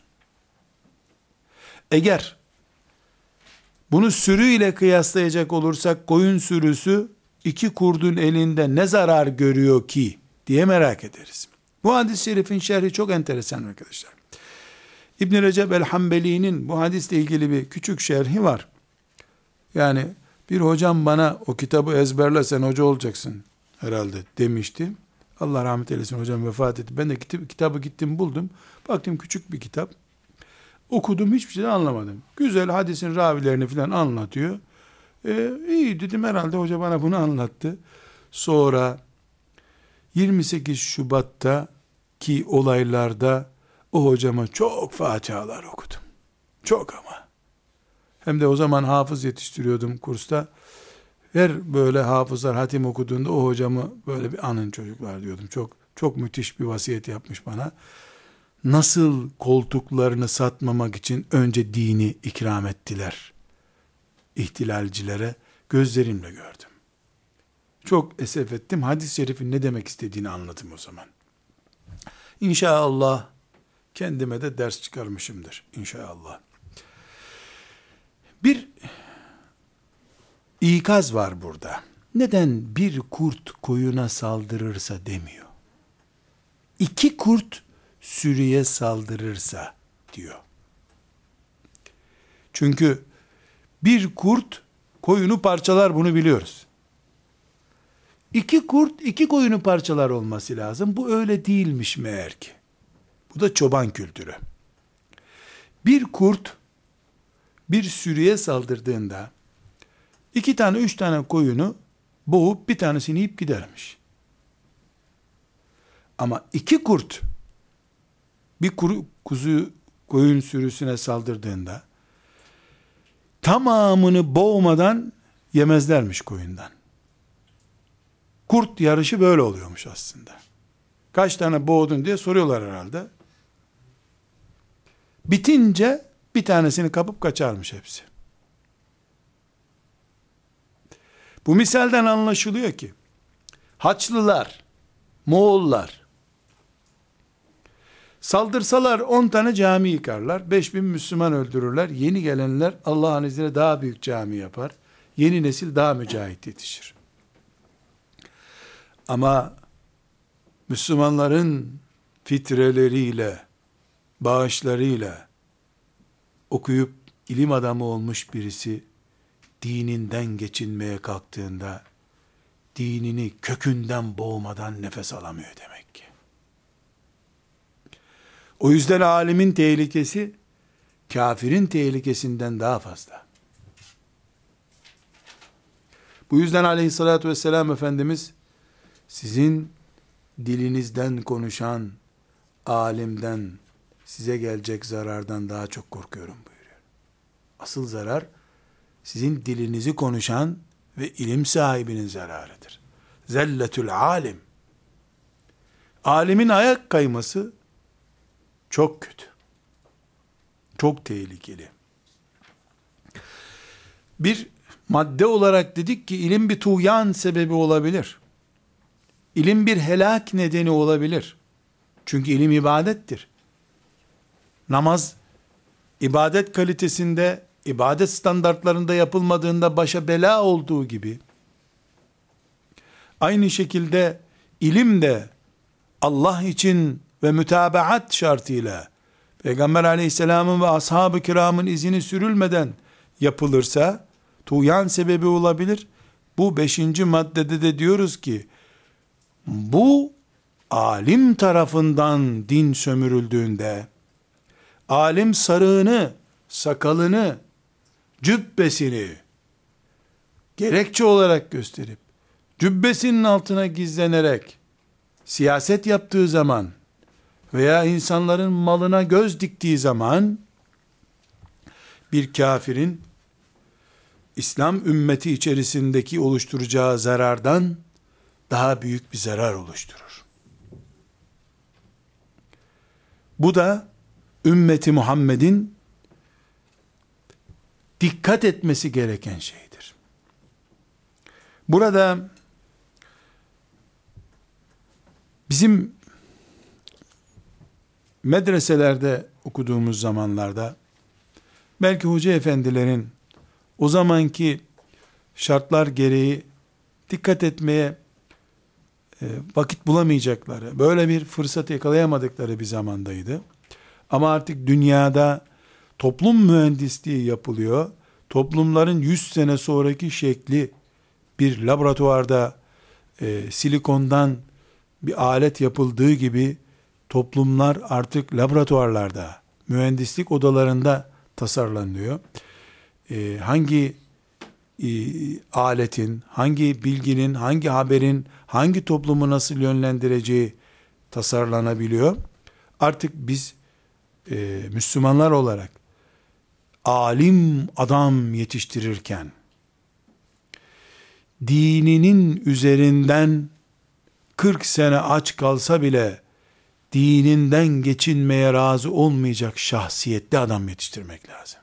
Eğer bunu sürüyle kıyaslayacak olursak, koyun sürüsü iki kurdun elinde ne zarar görüyor ki diye merak ederiz. Bu hadis-i şerifin şerhi çok enteresan arkadaşlar. İbn Recep el-Hanbeli'nin bu hadisle ilgili bir küçük şerhi var. Yani bir hocam bana o kitabı ezberle sen hoca olacaksın herhalde demişti. Allah rahmet eylesin, hocam vefat etti. Ben de kitabı gittim buldum. Baktım küçük bir kitap. Okudum, hiçbir şeyden anlamadım. Güzel hadisin ravilerini falan anlatıyor. İyi dedim, herhalde hoca bana bunu anlattı. Sonra 28 Şubat'ta ki olaylarda o hocama çok fatihalar okudum. Çok ama. Hem de o zaman hafız yetiştiriyordum kursta. Her böyle hafızlar hatim okuduğunda o hocamı böyle bir anın çocuklar diyordum. Çok müthiş bir vasiyet yapmış bana. Nasıl koltuklarını satmamak için önce dini ikram ettiler ihtilalcilere, gözlerimle gördüm. Çok esef ettim. Hadis-i şerifin ne demek istediğini anladım o zaman. İnşallah kendime de ders çıkarmışımdır. İnşallah. Bir ikaz var burada. Neden bir kurt koyuna saldırırsa demiyor. İki kurt sürüye saldırırsa diyor. Çünkü bir kurt koyunu parçalar, bunu biliyoruz. İki kurt iki koyunu parçalar olması lazım. Bu öyle değilmiş meğer ki. Bu da çoban kültürü. Bir kurt bir sürüye saldırdığında 2 tane 3 tane koyunu boğup bir tanesini yiyip gidermiş. Ama 2 kurt bir kuzu koyun sürüsüne saldırdığında tamamını boğmadan yemezlermiş koyundan. Kurt yarışı böyle oluyormuş aslında. Kaç tane boğdun diye soruyorlar herhalde. Bitince bir tanesini kapıp kaçarmış hepsi. Bu misalden anlaşılıyor ki Haçlılar, Moğollar saldırsalar 10 tane cami yıkarlar, 5.000 Müslüman öldürürler. Yeni gelenler Allah'ın izniyle daha büyük cami yapar. Yeni nesil daha mücahit yetişir. Ama Müslümanların fitreleriyle, bağışlarıyla okuyup ilim adamı olmuş birisi dininden geçinmeye kalktığında dinini kökünden boğmadan nefes alamıyor demek ki. O yüzden alimin tehlikesi kafirin tehlikesinden daha fazla. Bu yüzden aleyhissalatü vesselam Efendimiz sizin dilinizden konuşan alimden size gelecek zarardan daha çok korkuyorum buyuruyor. Asıl zarar sizin dilinizi konuşan ve ilim sahibinin zararıdır. Zelletül alim. Alimin ayak kayması çok kötü. Çok tehlikeli. Bir madde olarak dedik ki ilim bir tuğyan sebebi olabilir. İlim bir helak nedeni olabilir. Çünkü ilim ibadettir. Namaz ibadet kalitesinde, ibadet standartlarında yapılmadığında başa bela olduğu gibi, aynı şekilde ilim de Allah için ve mütabaat şartıyla Peygamber aleyhisselamın ve ashab-ı kiramın izini sürülmeden yapılırsa tuğyan sebebi olabilir. Bu 5. maddede de diyoruz ki bu alim tarafından din sömürüldüğünde alim sarığını, sakalını, cübbesini gerekçe olarak gösterip cübbesinin altına gizlenerek siyaset yaptığı zaman veya insanların malına göz diktiği zaman bir kafirin İslam ümmeti içerisindeki oluşturacağı zarardan daha büyük bir zarar oluşturur. Bu da ümmeti Muhammed'in dikkat etmesi gereken şeydir. Burada bizim medreselerde okuduğumuz zamanlarda belki hoca efendilerin o zamanki şartlar gereği dikkat etmeye vakit bulamayacakları, böyle bir fırsat yakalayamadıkları bir zamandaydı. Ama artık dünyada toplum mühendisliği yapılıyor. Toplumların 100 sene sonraki şekli bir laboratuvarda silikondan bir alet yapıldığı gibi toplumlar artık laboratuvarlarda, mühendislik odalarında tasarlanıyor. Hangi aletin, hangi bilginin, hangi haberin, hangi toplumu nasıl yönlendireceği tasarlanabiliyor. Artık biz Müslümanlar olarak alim adam yetiştirirken dininin üzerinden 40 sene aç kalsa bile dininden geçinmeye razı olmayacak şahsiyetli adam yetiştirmek lazım.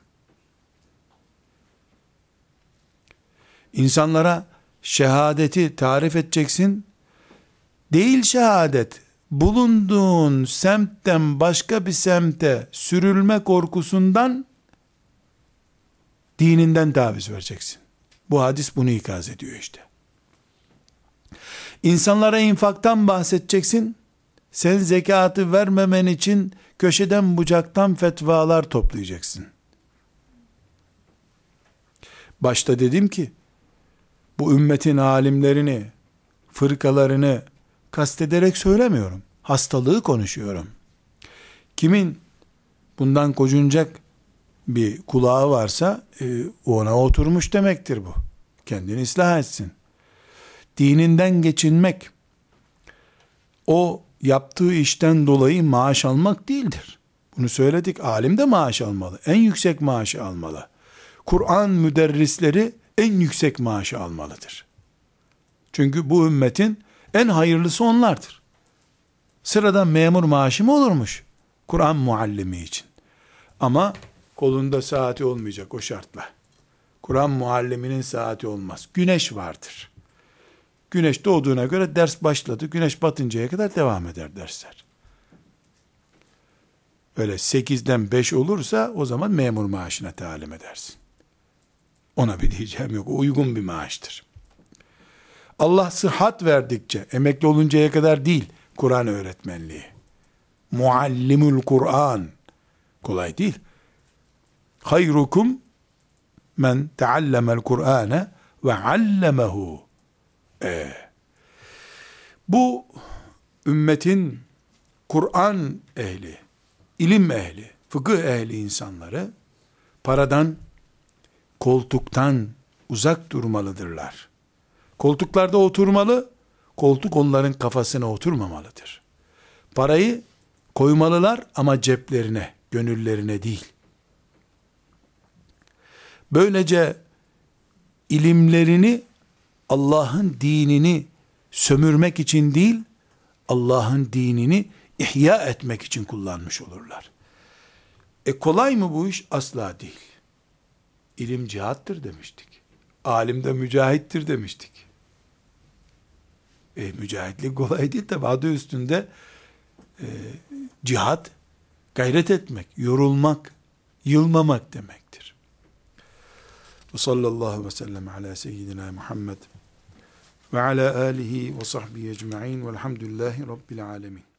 İnsanlara şehadeti tarif edeceksin. Değil şehadet, bulunduğun semtten başka bir semte sürülme korkusundan dininden taviz vereceksin. Bu hadis bunu ikaz ediyor işte. İnsanlara infaktan bahsedeceksin. Sen zekatı vermemen için köşeden bucaktan fetvalar toplayacaksın. Başta dedim ki, bu ümmetin alimlerini, fırkalarını kastederek söylemiyorum. Hastalığı konuşuyorum. Kimin bundan gocunacak bir kulağı varsa ona oturmuş demektir bu. Kendini ıslah etsin. Dininden geçinmek, o yaptığı işten dolayı maaş almak değildir. Bunu söyledik. Alim de maaş almalı. En yüksek maaşı almalı. Kur'an müderrisleri en yüksek maaşı almalıdır. Çünkü bu ümmetin en hayırlısı onlardır. Sıradan memur maaşı mı olurmuş Kur'an muallimi için? Ama kolunda saati olmayacak o şartla. Kur'an mualliminin saati olmaz. Güneş vardır. Güneş doğduğuna göre ders başladı. Güneş batıncaya kadar devam eder dersler. Öyle 8'den 5 olursa o zaman memur maaşına talim edersin. Ona bir diyeceğim yok. O uygun bir maaştır. Allah sıhhat verdikçe, emekli oluncaya kadar değil, Kur'an öğretmenliği. Muallimul Kur'an. Kolay değil. Hayrukum men teallemel Kur'ane ve allemehu. Bu ümmetin Kur'an ehli, ilim ehli, fıkıh ehli insanları paradan, koltuktan uzak durmalıdırlar. Koltuklarda oturmalı, koltuk onların kafasına oturmamalıdır. Parayı koymalılar ama ceplerine, gönüllerine değil. Böylece ilimlerini Allah'ın dinini sömürmek için değil, Allah'ın dinini ihya etmek için kullanmış olurlar. Kolay mı bu iş? Asla değil. İlim cihattır demiştik. Alim de mücahittir demiştik. Mücahitlik kolay değil tabi, adı üstünde cihat, gayret etmek, yorulmak, yılmamak demektir. Ve sallallahu aleyhi ve sellem ala seyyidina Muhammed ve ala alihi ve sahbihi ecma'in velhamdülillahi rabbil alemin.